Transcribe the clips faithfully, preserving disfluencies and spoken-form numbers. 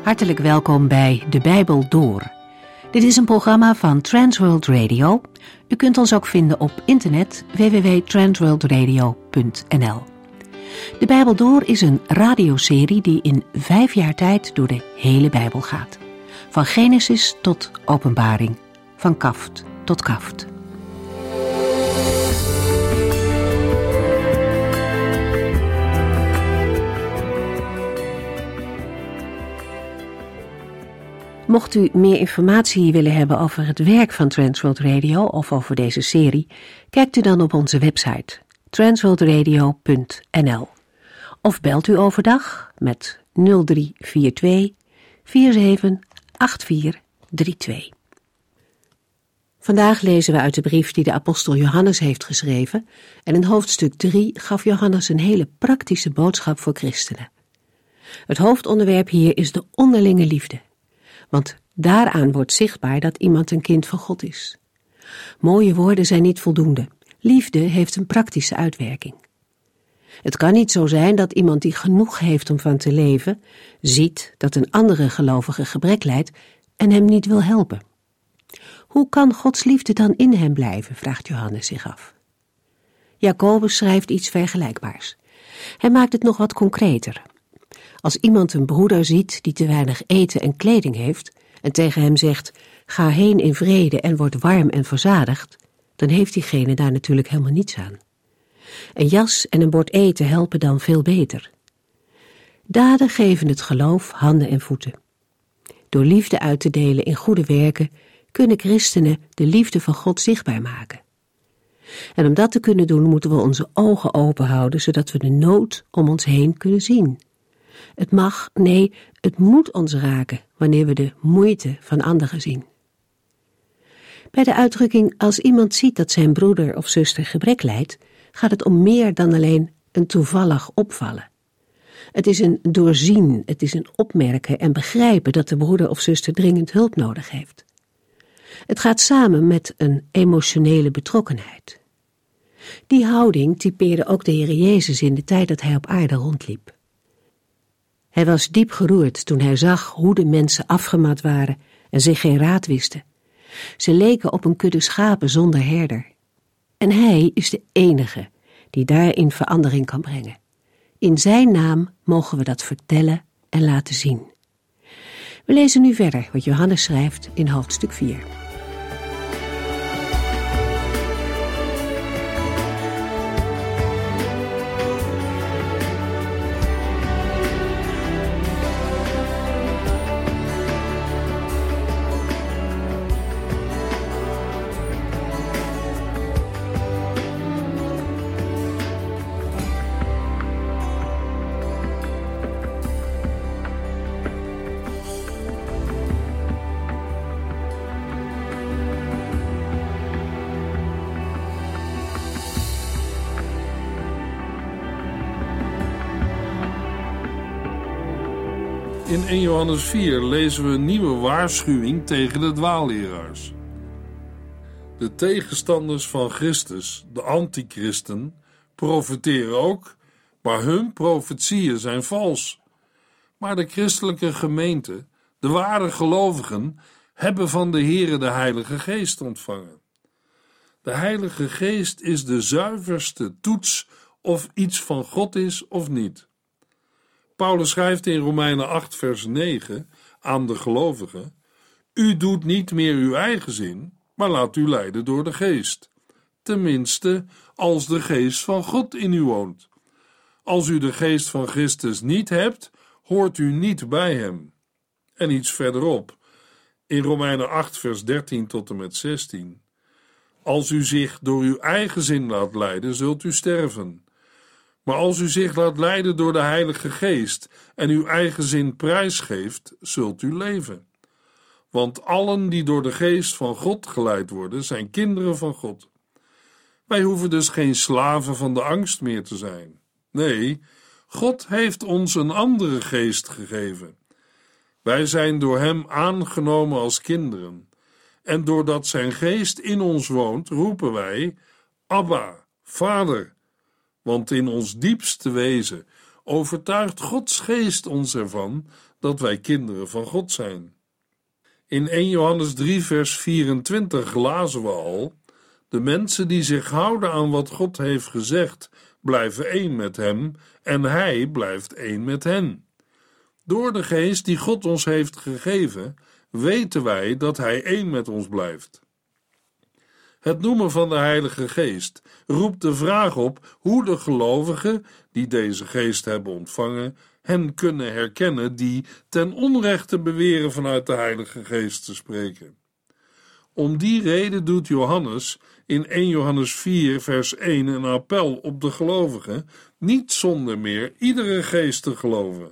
Hartelijk welkom bij De Bijbel Door. Dit is een programma van Transworld Radio. U kunt ons ook vinden op internet w w w punt transworld radio punt n l. De Bijbel Door is een radioserie die in vijf jaar tijd door de hele Bijbel gaat. Van Genesis tot Openbaring, van kaft tot kaft. Mocht u meer informatie willen hebben over het werk van Transworld Radio of over deze serie, kijkt u dan op onze website transworld radio punt n l of belt u overdag met nul drie vier twee vier zeven acht vier drie twee. Vandaag lezen we uit de brief die de apostel Johannes heeft geschreven en in hoofdstuk drie gaf Johannes een hele praktische boodschap voor christenen. Het hoofdonderwerp hier is de onderlinge liefde. Want daaraan wordt zichtbaar dat iemand een kind van God is. Mooie woorden zijn niet voldoende. Liefde heeft een praktische uitwerking. Het kan niet zo zijn dat iemand die genoeg heeft om van te leven, ziet dat een andere gelovige gebrek lijdt en hem niet wil helpen. Hoe kan Gods liefde dan in hem blijven, vraagt Johannes zich af. Jacobus schrijft iets vergelijkbaars. Hij maakt het nog wat concreter. Als iemand een broeder ziet die te weinig eten en kleding heeft en tegen hem zegt, ga heen in vrede en word warm en verzadigd, dan heeft diegene daar natuurlijk helemaal niets aan. Een jas en een bord eten helpen dan veel beter. Daden geven het geloof handen en voeten. Door liefde uit te delen in goede werken kunnen christenen de liefde van God zichtbaar maken. En om dat te kunnen doen moeten we onze ogen open houden, zodat we de nood om ons heen kunnen zien. Het mag, nee, het moet ons raken wanneer we de moeite van anderen zien. Bij de uitdrukking als iemand ziet dat zijn broeder of zuster gebrek lijdt, gaat het om meer dan alleen een toevallig opvallen. Het is een doorzien, het is een opmerken en begrijpen dat de broeder of zuster dringend hulp nodig heeft. Het gaat samen met een emotionele betrokkenheid. Die houding typeerde ook de Heer Jezus in de tijd dat hij op aarde rondliep. Hij was diep geroerd toen hij zag hoe de mensen afgemat waren en zich geen raad wisten. Ze leken op een kudde schapen zonder herder. En hij is de enige die daarin verandering kan brengen. In zijn naam mogen we dat vertellen en laten zien. We lezen nu verder wat Johannes schrijft in hoofdstuk vier. In eerste Johannes vier lezen we een nieuwe waarschuwing tegen de dwaalleraars. De tegenstanders van Christus, de antichristen, profeteren ook, maar hun profetieën zijn vals. Maar de christelijke gemeente, de ware gelovigen, hebben van de Here de Heilige Geest ontvangen. De Heilige Geest is de zuiverste toets of iets van God is of niet. Paulus schrijft in Romeinen acht vers negen aan de gelovigen, u doet niet meer uw eigen zin, maar laat u leiden door de Geest. Tenminste, als de Geest van God in u woont. Als u de Geest van Christus niet hebt, hoort u niet bij hem. En iets verderop, in Romeinen acht vers dertien tot en met zestien. Als u zich door uw eigen zin laat leiden, zult u sterven. Maar als u zich laat leiden door de Heilige Geest en uw eigen zin prijsgeeft, zult u leven. Want allen die door de Geest van God geleid worden, zijn kinderen van God. Wij hoeven dus geen slaven van de angst meer te zijn. Nee, God heeft ons een andere geest gegeven. Wij zijn door hem aangenomen als kinderen. En doordat zijn geest in ons woont, roepen wij, Abba, Vader. Want in ons diepste wezen, overtuigt Gods geest ons ervan dat wij kinderen van God zijn. In eerste Johannes drie vers vierentwintig lazen we al: de mensen die zich houden aan wat God heeft gezegd, blijven één met hem en hij blijft één met hen. Door de geest die God ons heeft gegeven, weten wij dat hij één met ons blijft. Het noemen van de Heilige Geest roept de vraag op hoe de gelovigen die deze geest hebben ontvangen, hen kunnen herkennen die ten onrechte beweren vanuit de Heilige Geest te spreken. Om die reden doet Johannes in eerste Johannes vier vers één een appel op de gelovigen niet zonder meer iedere geest te geloven.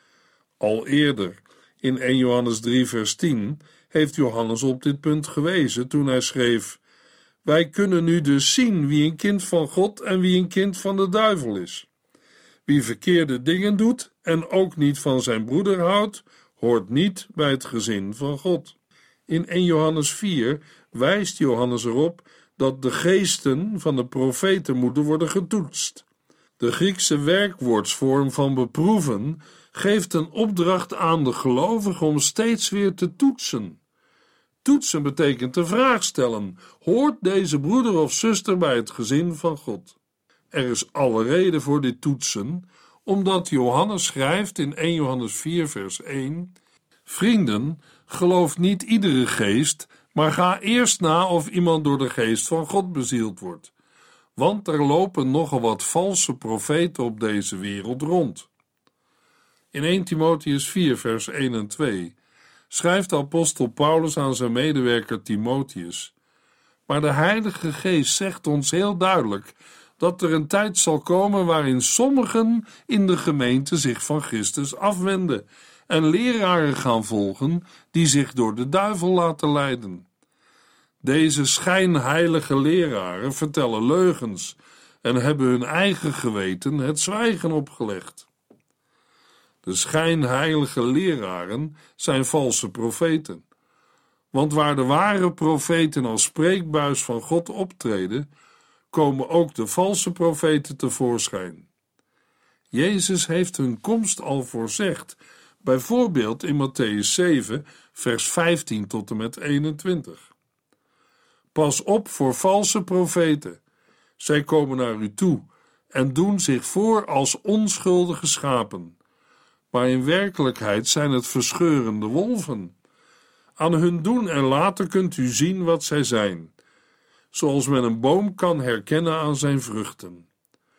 Al eerder, in eerste Johannes drie vers tien, heeft Johannes op dit punt gewezen toen hij schreef: wij kunnen nu dus zien wie een kind van God en wie een kind van de duivel is. Wie verkeerde dingen doet en ook niet van zijn broeder houdt, hoort niet bij het gezin van God. In eerste Johannes vier wijst Johannes erop dat de geesten van de profeten moeten worden getoetst. De Griekse werkwoordsvorm van beproeven geeft een opdracht aan de gelovige om steeds weer te toetsen. Toetsen betekent de vraag stellen: hoort deze broeder of zuster bij het gezin van God? Er is alle reden voor dit toetsen, omdat Johannes schrijft in eerste Johannes vier vers één: vrienden, geloof niet iedere geest, maar ga eerst na of iemand door de geest van God bezield wordt. Want er lopen nogal wat valse profeten op deze wereld rond. In eerste Timotheüs vier vers één en twee schrijft de apostel Paulus aan zijn medewerker Timotheus: maar de Heilige Geest zegt ons heel duidelijk dat er een tijd zal komen waarin sommigen in de gemeente zich van Christus afwenden en leraren gaan volgen die zich door de duivel laten leiden. Deze schijnheilige leraren vertellen leugens en hebben hun eigen geweten het zwijgen opgelegd. De schijnheilige leraren zijn valse profeten. Want waar de ware profeten als spreekbuis van God optreden, komen ook de valse profeten tevoorschijn. Jezus heeft hun komst al voorzegd, bijvoorbeeld in Matthäus zeven, vers vijftien tot en met eenentwintig. Pas op voor valse profeten. Zij komen naar u toe en doen zich voor als onschuldige schapen. Maar in werkelijkheid zijn het verscheurende wolven. Aan hun doen en laten kunt u zien wat zij zijn, zoals men een boom kan herkennen aan zijn vruchten.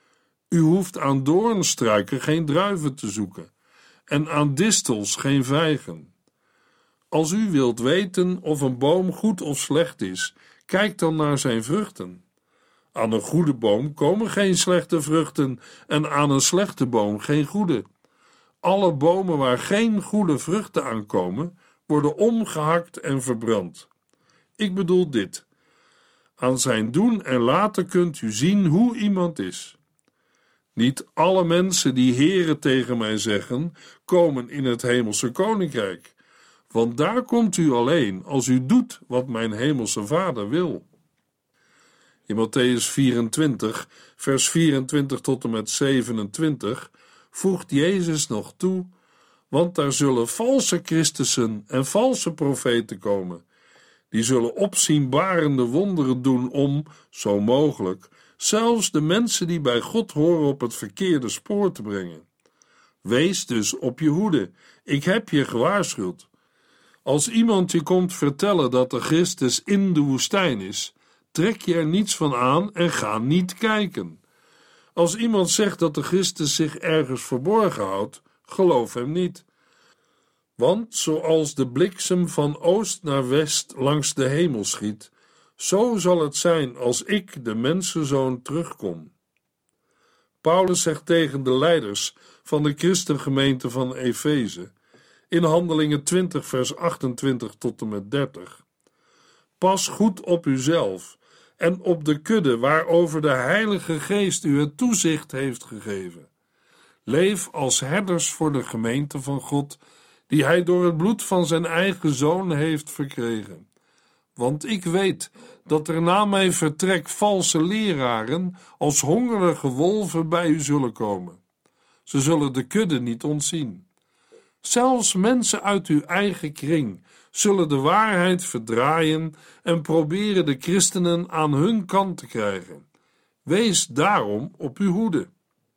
U hoeft aan doornstruiken geen druiven te zoeken en aan distels geen vijgen. Als u wilt weten of een boom goed of slecht is, kijk dan naar zijn vruchten. Aan een goede boom komen geen slechte vruchten en aan een slechte boom geen goede. Alle bomen waar geen goede vruchten aankomen, worden omgehakt en verbrand. Ik bedoel dit: aan zijn doen en laten kunt u zien hoe iemand is. Niet alle mensen die Heere tegen mij zeggen, komen in het hemelse koninkrijk, want daar komt u alleen als u doet wat mijn hemelse Vader wil. In Matthäus vierentwintig, vers vierentwintig tot en met zevenentwintig, voegt Jezus nog toe: want daar zullen valse Christussen en valse profeten komen. Die zullen opzienbarende wonderen doen om, zo mogelijk, zelfs de mensen die bij God horen op het verkeerde spoor te brengen. Wees dus op je hoede, ik heb je gewaarschuwd. Als iemand je komt vertellen dat de Christus in de woestijn is, trek je er niets van aan en ga niet kijken. Als iemand zegt dat de Christus zich ergens verborgen houdt, geloof hem niet. Want zoals de bliksem van oost naar west langs de hemel schiet, zo zal het zijn als ik, de mensenzoon, terugkom. Paulus zegt tegen de leiders van de christengemeente van Efeze, in Handelingen twintig vers achtentwintig tot en met dertig: pas goed op uzelf en op de kudde waarover de Heilige Geest u het toezicht heeft gegeven. Leef als herders voor de gemeente van God, die hij door het bloed van zijn eigen zoon heeft verkregen. Want ik weet dat er na mijn vertrek valse leraren als hongerige wolven bij u zullen komen. Ze zullen de kudde niet ontzien. Zelfs mensen uit uw eigen kring zullen de waarheid verdraaien en proberen de christenen aan hun kant te krijgen. Wees daarom op uw hoede.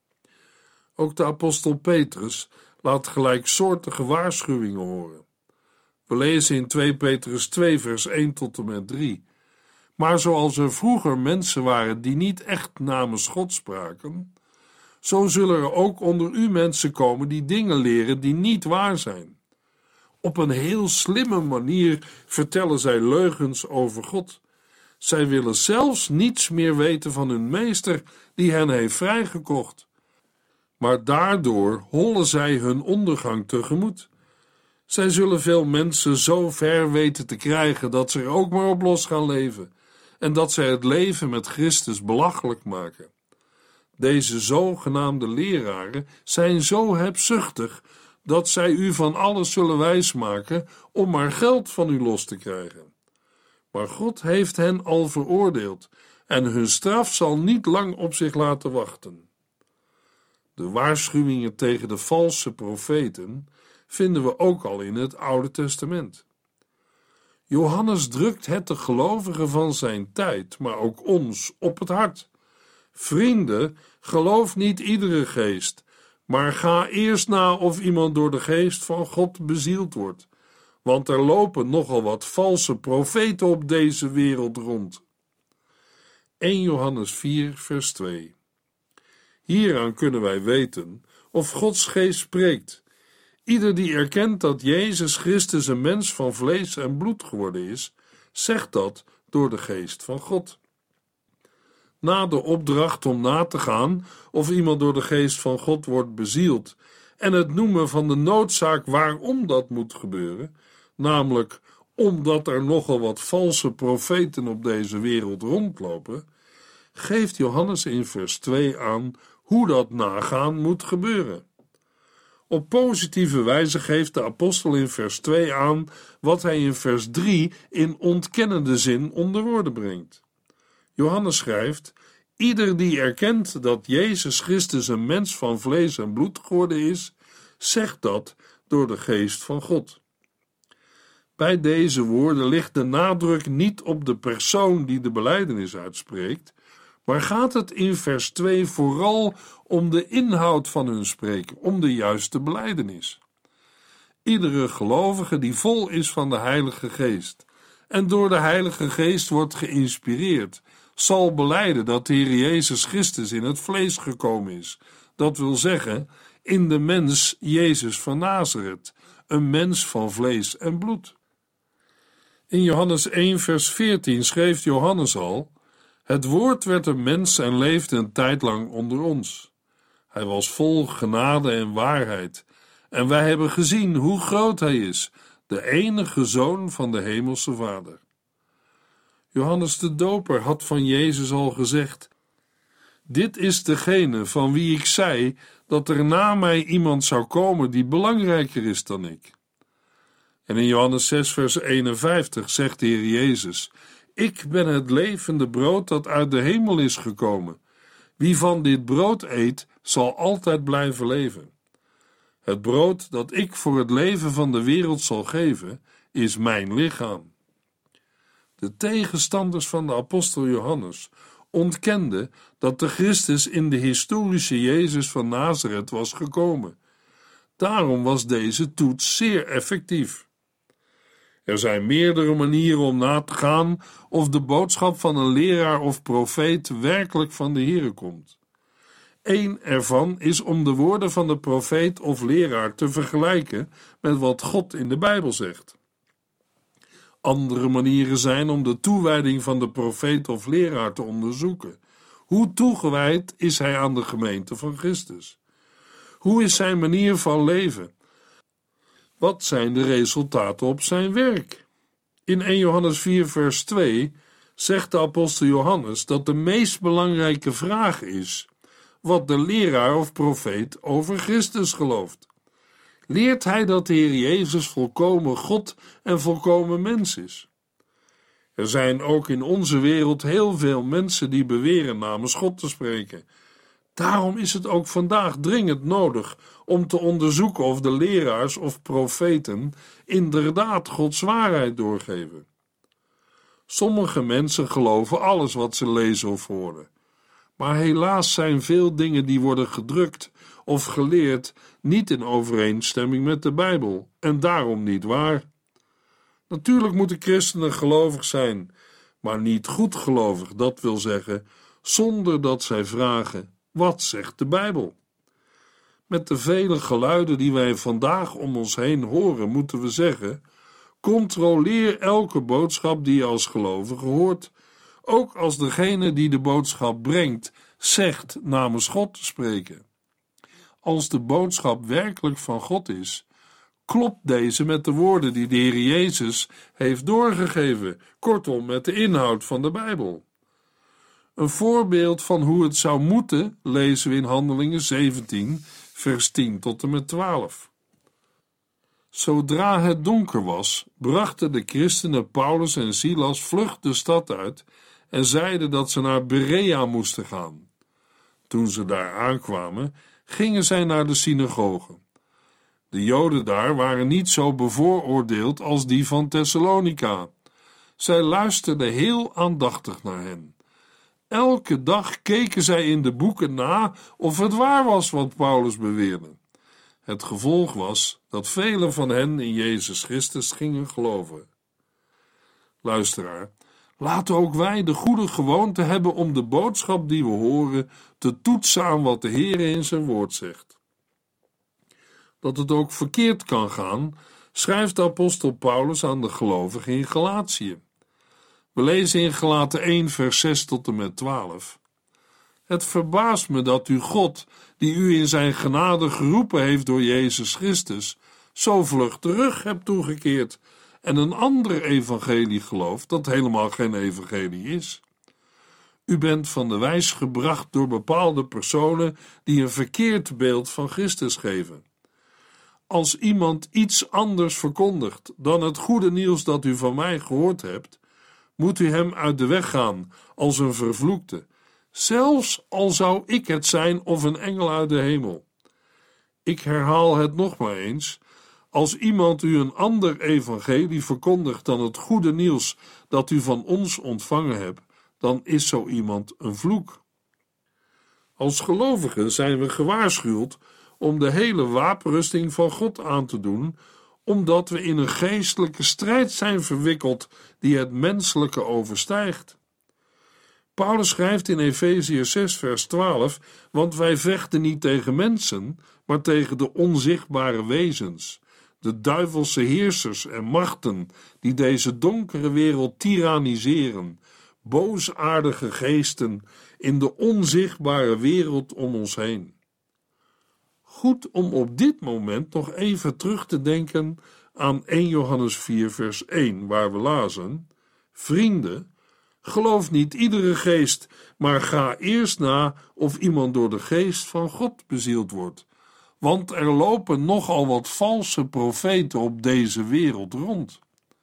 Ook de apostel Petrus laat gelijksoortige waarschuwingen horen. We lezen in twee Petrus twee vers één tot en met drie. Maar zoals er vroeger mensen waren die niet echt namens God spraken, zo zullen er ook onder u mensen komen die dingen leren die niet waar zijn. Op een heel slimme manier vertellen zij leugens over God. Zij willen zelfs niets meer weten van hun meester die hen heeft vrijgekocht. Maar daardoor hollen zij hun ondergang tegemoet. Zij zullen veel mensen zo ver weten te krijgen dat ze er ook maar op los gaan leven en dat zij het leven met Christus belachelijk maken. Deze zogenaamde leraren zijn zo hebzuchtig dat zij u van alles zullen wijsmaken om maar geld van u los te krijgen. Maar God heeft hen al veroordeeld en hun straf zal niet lang op zich laten wachten. De waarschuwingen tegen de valse profeten vinden we ook al in het Oude Testament. Johannes drukt het de gelovigen van zijn tijd, maar ook ons, op het hart. Vrienden, geloof niet iedere geest, maar ga eerst na of iemand door de geest van God bezield wordt, want er lopen nogal wat valse profeten op deze wereld rond. eerste Johannes vier vers twee. Hieraan kunnen wij weten of Gods geest spreekt. Ieder die erkent dat Jezus Christus een mens van vlees en bloed geworden is, zegt dat door de geest van God. Na de opdracht om na te gaan of iemand door de geest van God wordt bezield en het noemen van de noodzaak waarom dat moet gebeuren, namelijk omdat er nogal wat valse profeten op deze wereld rondlopen, geeft Johannes in vers twee aan hoe dat nagaan moet gebeuren. Op positieve wijze geeft de apostel in vers twee aan wat hij in vers drie in ontkennende zin onder woorden brengt. Johannes schrijft: ieder die erkent dat Jezus Christus een mens van vlees en bloed geworden is, zegt dat door de geest van God. Bij deze woorden ligt de nadruk niet op de persoon die de belijdenis uitspreekt, maar gaat het in vers twee vooral om de inhoud van hun spreken, om de juiste belijdenis. Iedere gelovige die vol is van de Heilige Geest en door de Heilige Geest wordt geïnspireerd, zal belijden dat de Heer Jezus Christus in het vlees gekomen is. Dat wil zeggen, in de mens Jezus van Nazareth, een mens van vlees en bloed. In Johannes één vers veertien schreef Johannes al: het woord werd een mens en leefde een tijd lang onder ons. Hij was vol genade en waarheid, en wij hebben gezien hoe groot hij is, de enige Zoon van de Hemelse Vader. Johannes de Doper had van Jezus al gezegd: dit is degene van wie ik zei dat er na mij iemand zou komen die belangrijker is dan ik. En in Johannes zes vers eenenvijftig zegt de Heer Jezus: ik ben het levende brood dat uit de hemel is gekomen. Wie van dit brood eet, zal altijd blijven leven. Het brood dat ik voor het leven van de wereld zal geven, is mijn lichaam. De tegenstanders van de apostel Johannes ontkenden dat de Christus in de historische Jezus van Nazareth was gekomen. Daarom was deze toets zeer effectief. Er zijn meerdere manieren om na te gaan of de boodschap van een leraar of profeet werkelijk van de Here komt. Eén ervan is om de woorden van de profeet of leraar te vergelijken met wat God in de Bijbel zegt. Andere manieren zijn om de toewijding van de profeet of leraar te onderzoeken. Hoe toegewijd is hij aan de gemeente van Christus? Hoe is zijn manier van leven? Wat zijn de resultaten op zijn werk? In eerste Johannes vier vers twee zegt de apostel Johannes dat de meest belangrijke vraag is wat de leraar of profeet over Christus gelooft. Leert hij dat de Heer Jezus volkomen God en volkomen mens is? Er zijn ook in onze wereld heel veel mensen die beweren namens God te spreken. Daarom is het ook vandaag dringend nodig om te onderzoeken of de leraars of profeten inderdaad Gods waarheid doorgeven. Sommige mensen geloven alles wat ze lezen of horen, maar helaas zijn veel dingen die worden gedrukt of geleerd niet in overeenstemming met de Bijbel en daarom niet waar. Natuurlijk moeten christenen gelovig zijn, maar niet goed gelovig, dat wil zeggen, zonder dat zij vragen: wat zegt de Bijbel? Met de vele geluiden die wij vandaag om ons heen horen, moeten we zeggen: controleer elke boodschap die je als gelovige hoort, ook als degene die de boodschap brengt, zegt namens God te spreken. Als de boodschap werkelijk van God is, klopt deze met de woorden die de Heer Jezus heeft doorgegeven, kortom met de inhoud van de Bijbel. Een voorbeeld van hoe het zou moeten lezen we in Handelingen zeventien, vers tien tot en met twaalf. Zodra het donker was, brachten de christenen Paulus en Silas vlug de stad uit en zeiden dat ze naar Berea moesten gaan. Toen ze daar aankwamen, gingen zij naar de synagoge. De Joden daar waren niet zo bevooroordeeld als die van Thessalonica. Zij luisterden heel aandachtig naar hen. Elke dag keken zij in de boeken na of het waar was wat Paulus beweerde. Het gevolg was dat velen van hen in Jezus Christus gingen geloven. Luisteraar, laten ook wij de goede gewoonte hebben om de boodschap die we horen te toetsen aan wat de Heer in zijn woord zegt. Dat het ook verkeerd kan gaan, schrijft de apostel Paulus aan de gelovigen in Galatië. We lezen in Galaten één vers zes tot en met twaalf. Het verbaast me dat u God, die u in zijn genade geroepen heeft door Jezus Christus, zo vlug terug hebt toegekeerd en een ander evangelie gelooft dat helemaal geen evangelie is. U bent van de wijs gebracht door bepaalde personen die een verkeerd beeld van Christus geven. Als iemand iets anders verkondigt dan het goede nieuws dat u van mij gehoord hebt, moet u hem uit de weg gaan als een vervloekte, zelfs al zou ik het zijn of een engel uit de hemel. Ik herhaal het nog maar eens: als iemand u een ander evangelie verkondigt dan het goede nieuws dat u van ons ontvangen hebt, dan is zo iemand een vloek. Als gelovigen zijn we gewaarschuwd om de hele wapenrusting van God aan te doen, omdat we in een geestelijke strijd zijn verwikkeld die het menselijke overstijgt. Paulus schrijft in Efeziërs zes vers twaalf, want wij vechten niet tegen mensen, maar tegen de onzichtbare wezens, de duivelse heersers en machten die deze donkere wereld tiranniseren, boosaardige geesten in de onzichtbare wereld om ons heen. Goed om op dit moment nog even terug te denken aan eerste Johannes vier vers één, waar we lazen: vrienden, geloof niet iedere geest, maar ga eerst na of iemand door de geest van God bezield wordt. Want er lopen nogal wat valse profeten op deze wereld rond.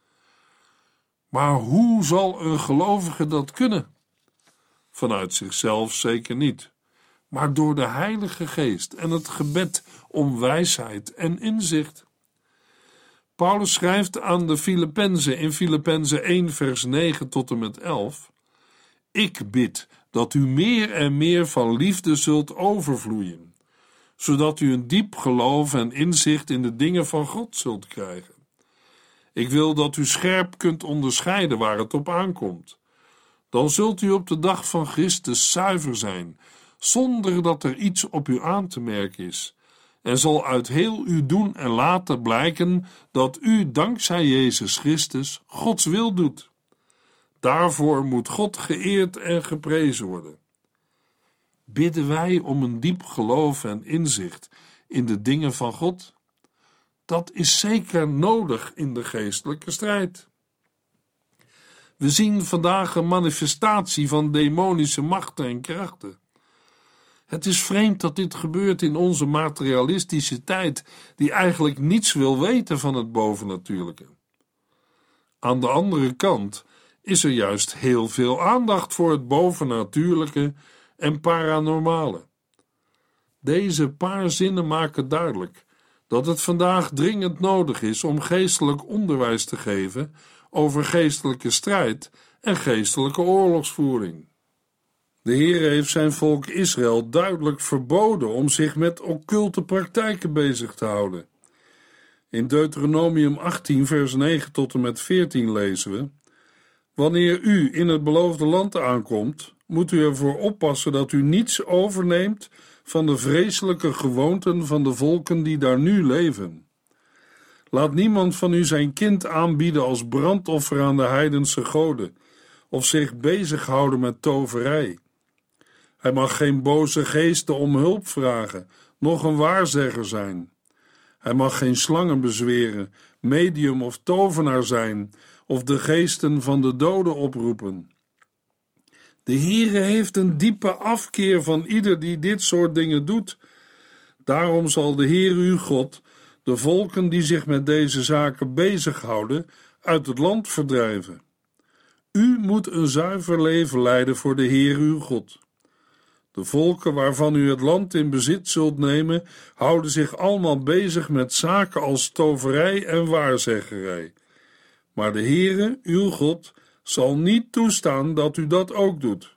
Maar hoe zal een gelovige dat kunnen? Vanuit zichzelf zeker niet, maar door de Heilige Geest en het gebed om wijsheid en inzicht. Paulus schrijft aan de Filippenzen in Filippenzen één vers negen tot en met elf: Ik bid dat u meer en meer van liefde zult overvloeien, zodat u een diep geloof en inzicht in de dingen van God zult krijgen. Ik wil dat u scherp kunt onderscheiden waar het op aankomt. Dan zult u op de dag van Christus zuiver zijn, zonder dat er iets op u aan te merken is, en zal uit heel uw doen en laten blijken dat u dankzij Jezus Christus Gods wil doet. Daarvoor moet God geëerd en geprezen worden. Bidden wij om een diep geloof en inzicht in de dingen van God? Dat is zeker nodig in de geestelijke strijd. We zien vandaag een manifestatie van demonische machten en krachten. Het is vreemd dat dit gebeurt in onze materialistische tijd, die eigenlijk niets wil weten van het bovennatuurlijke. Aan de andere kant is er juist heel veel aandacht voor het bovennatuurlijke en paranormale. Deze paar zinnen maken duidelijk dat het vandaag dringend nodig is om geestelijk onderwijs te geven over geestelijke strijd en geestelijke oorlogsvoering. De Heer heeft zijn volk Israël duidelijk verboden om zich met occulte praktijken bezig te houden. In Deuteronomium achttien vers negen tot en met veertien lezen we: Wanneer u in het beloofde land aankomt, moet u ervoor oppassen dat u niets overneemt van de vreselijke gewoonten van de volken die daar nu leven. Laat niemand van u zijn kind aanbieden als brandoffer aan de heidense goden, of zich bezighouden met toverij. Hij mag geen boze geesten om hulp vragen, noch een waarzegger zijn. Hij mag geen slangen bezweren, medium of tovenaar zijn, of de geesten van de doden oproepen. De Heere heeft een diepe afkeer van ieder die dit soort dingen doet. Daarom zal de Heer uw God de volken die zich met deze zaken bezighouden uit het land verdrijven. U moet een zuiver leven leiden voor de Heer uw God. De volken waarvan u het land in bezit zult nemen, houden zich allemaal bezig met zaken als toverij en waarzeggerij. Maar de Heere, uw God, zal niet toestaan dat u dat ook doet.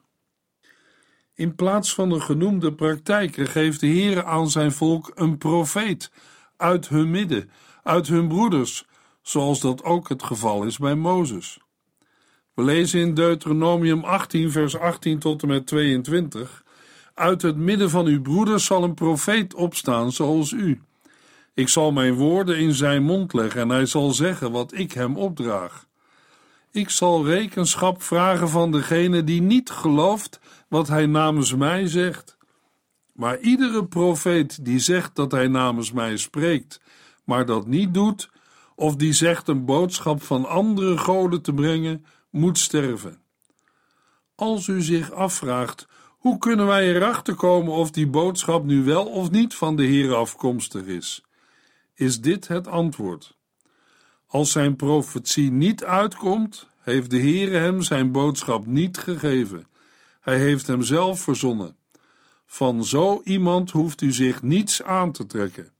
In plaats van de genoemde praktijken geeft de Heere aan zijn volk een profeet uit hun midden, uit hun broeders, zoals dat ook het geval is bij Mozes. We lezen in Deuteronomium achttien vers achttien tot en met tweeëntwintig: Uit het midden van uw broeders zal een profeet opstaan zoals u. Ik zal mijn woorden in zijn mond leggen en hij zal zeggen wat ik hem opdraag. Ik zal rekenschap vragen van degene die niet gelooft wat hij namens mij zegt. Maar iedere profeet die zegt dat hij namens mij spreekt, maar dat niet doet, of die zegt een boodschap van andere goden te brengen, moet sterven. Als u zich afvraagt, hoe kunnen wij erachter komen of die boodschap nu wel of niet van de Heer afkomstig is, is dit het antwoord. Als zijn profetie niet uitkomt, heeft de Heere hem zijn boodschap niet gegeven. Hij heeft hem zelf verzonnen. Van zo iemand hoeft u zich niets aan te trekken.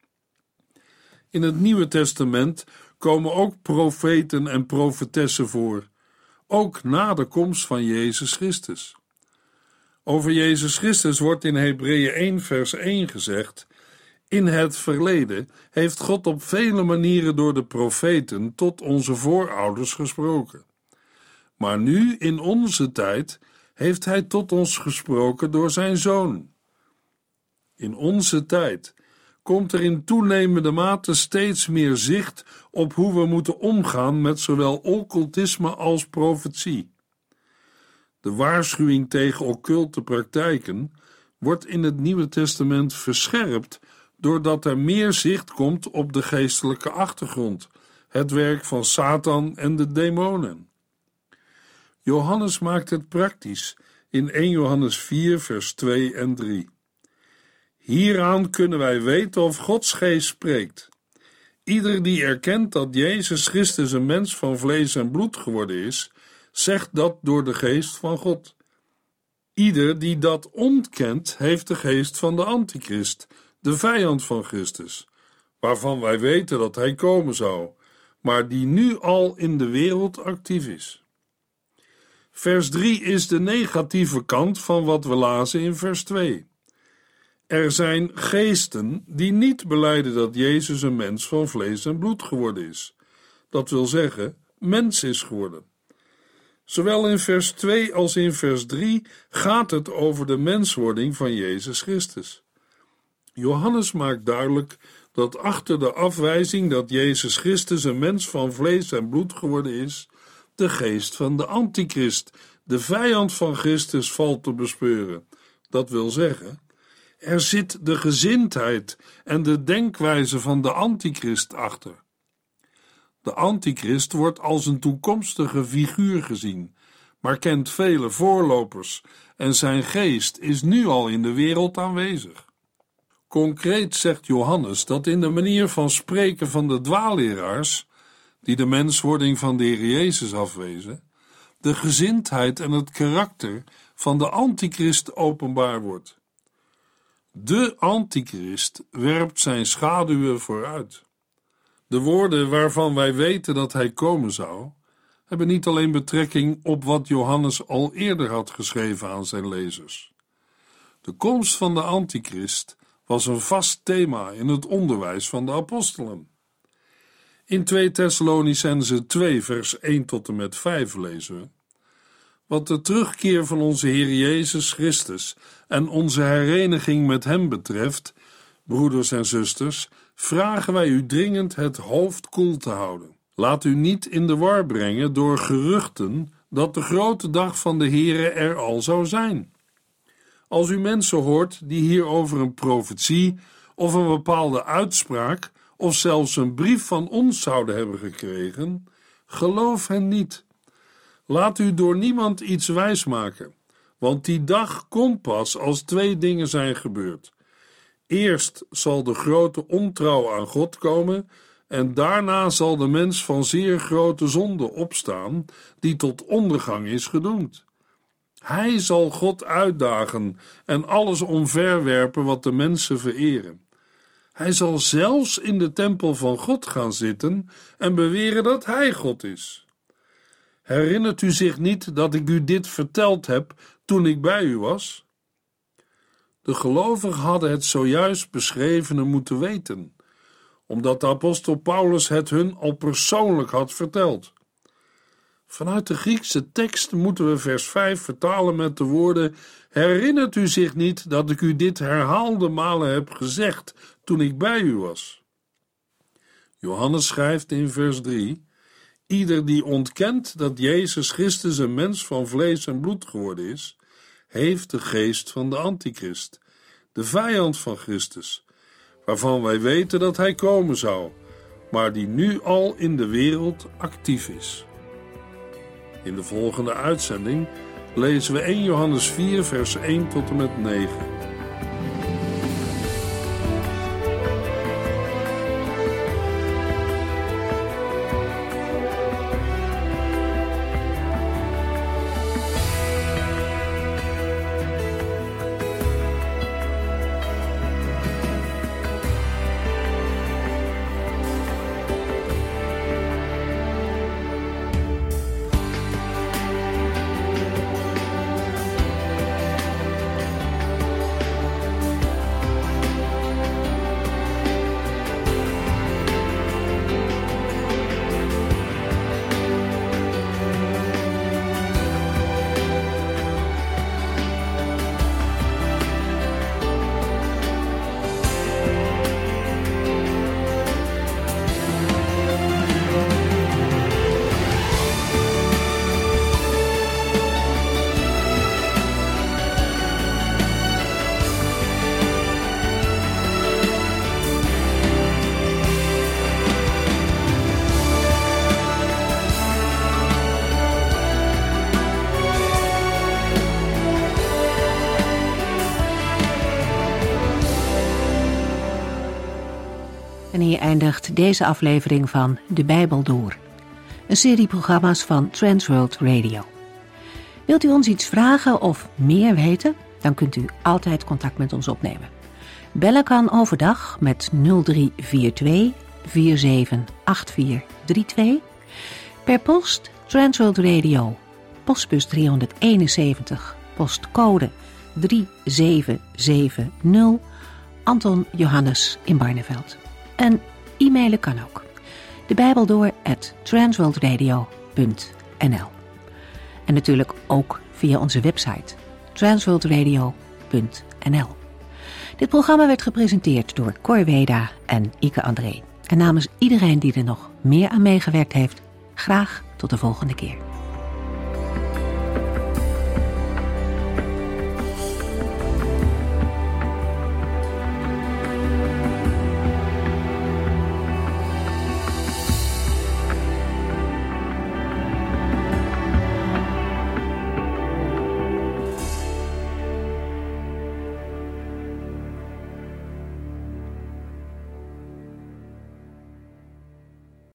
In het Nieuwe Testament komen ook profeten en profetessen voor, ook na de komst van Jezus Christus. Over Jezus Christus wordt in Hebreeën één vers één gezegd: In het verleden heeft God op vele manieren door de profeten tot onze voorouders gesproken. Maar nu, in onze tijd, heeft hij tot ons gesproken door zijn Zoon. In onze tijd komt er in toenemende mate steeds meer zicht op hoe we moeten omgaan met zowel occultisme als profetie. De waarschuwing tegen occulte praktijken wordt in het Nieuwe Testament verscherpt doordat er meer zicht komt op de geestelijke achtergrond, het werk van Satan en de demonen. Johannes maakt het praktisch in eerste Johannes vier vers twee en drie. Hieraan kunnen wij weten of Gods geest spreekt. Ieder die erkent dat Jezus Christus een mens van vlees en bloed geworden is, zegt dat door de geest van God. Ieder die dat ontkent, heeft de geest van de antichrist, de vijand van Christus, waarvan wij weten dat hij komen zou, maar die nu al in de wereld actief is. Vers drie is de negatieve kant van wat we lazen in vers twee. Er zijn geesten die niet belijden dat Jezus een mens van vlees en bloed geworden is. Dat wil zeggen, mens is geworden. Zowel in vers twee als in vers drie gaat het over de menswording van Jezus Christus. Johannes maakt duidelijk dat achter de afwijzing dat Jezus Christus een mens van vlees en bloed geworden is, de geest van de antichrist, de vijand van Christus, valt te bespeuren. Dat wil zeggen, er zit de gezindheid en de denkwijze van de antichrist achter. De antichrist wordt als een toekomstige figuur gezien, maar kent vele voorlopers en zijn geest is nu al in de wereld aanwezig. Concreet zegt Johannes dat in de manier van spreken van de dwaalleraars, die de menswording van de Heer Jezus afwezen, de gezindheid en het karakter van de antichrist openbaar wordt. De antichrist werpt zijn schaduwen vooruit. De woorden waarvan wij weten dat hij komen zou, hebben niet alleen betrekking op wat Johannes al eerder had geschreven aan zijn lezers. De komst van de antichrist was een vast thema in het onderwijs van de apostelen. In twee Thessalonicenzen twee vers één tot en met vijf lezen we: wat de terugkeer van onze Heer Jezus Christus en onze hereniging met hem betreft, broeders en zusters, vragen wij u dringend het hoofd koel te houden. Laat u niet in de war brengen door geruchten dat de grote dag van de Heere er al zou zijn. Als u mensen hoort die hierover een profetie of een bepaalde uitspraak of zelfs een brief van ons zouden hebben gekregen, geloof hen niet. Laat u door niemand iets wijsmaken, want die dag komt pas als twee dingen zijn gebeurd. Eerst zal de grote ontrouw aan God komen en daarna zal de mens van zeer grote zonde opstaan, die tot ondergang is gedoemd. Hij zal God uitdagen en alles omverwerpen wat de mensen vereren. Hij zal zelfs in de tempel van God gaan zitten en beweren dat hij God is. Herinnert u zich niet dat ik u dit verteld heb toen ik bij u was? De gelovigen hadden het zojuist beschrevene moeten weten, omdat de apostel Paulus het hun al persoonlijk had verteld. Vanuit de Griekse tekst moeten we vers vijf vertalen met de woorden: herinnert u zich niet dat ik u dit herhaalde malen heb gezegd toen ik bij u was? Johannes schrijft in vers drie: ieder die ontkent dat Jezus Christus een mens van vlees en bloed geworden is, heeft de geest van de antichrist, de vijand van Christus, waarvan wij weten dat hij komen zou, maar die nu al in de wereld actief is. In de volgende uitzending lezen we eerste Johannes vier vers één tot en met negen. En hier eindigt deze aflevering van De Bijbel Door, een serie programma's van Transworld Radio. Wilt u ons iets vragen of meer weten? Dan kunt u altijd contact met ons opnemen. Bellen kan overdag met nul drie vier twee vier zeven acht vier drie twee. Per post Transworld Radio, postbus driehonderdeenenzeventig, postcode drie zeven zeven nul, Anton Johannes in Barneveld. En e-mailen kan ook. De Bijbel door at transworldradio punt n l. En natuurlijk ook via onze website transworldradio punt n l. Dit programma werd gepresenteerd door Cor Weda en Ike André. En namens iedereen die er nog meer aan meegewerkt heeft, graag tot de volgende keer.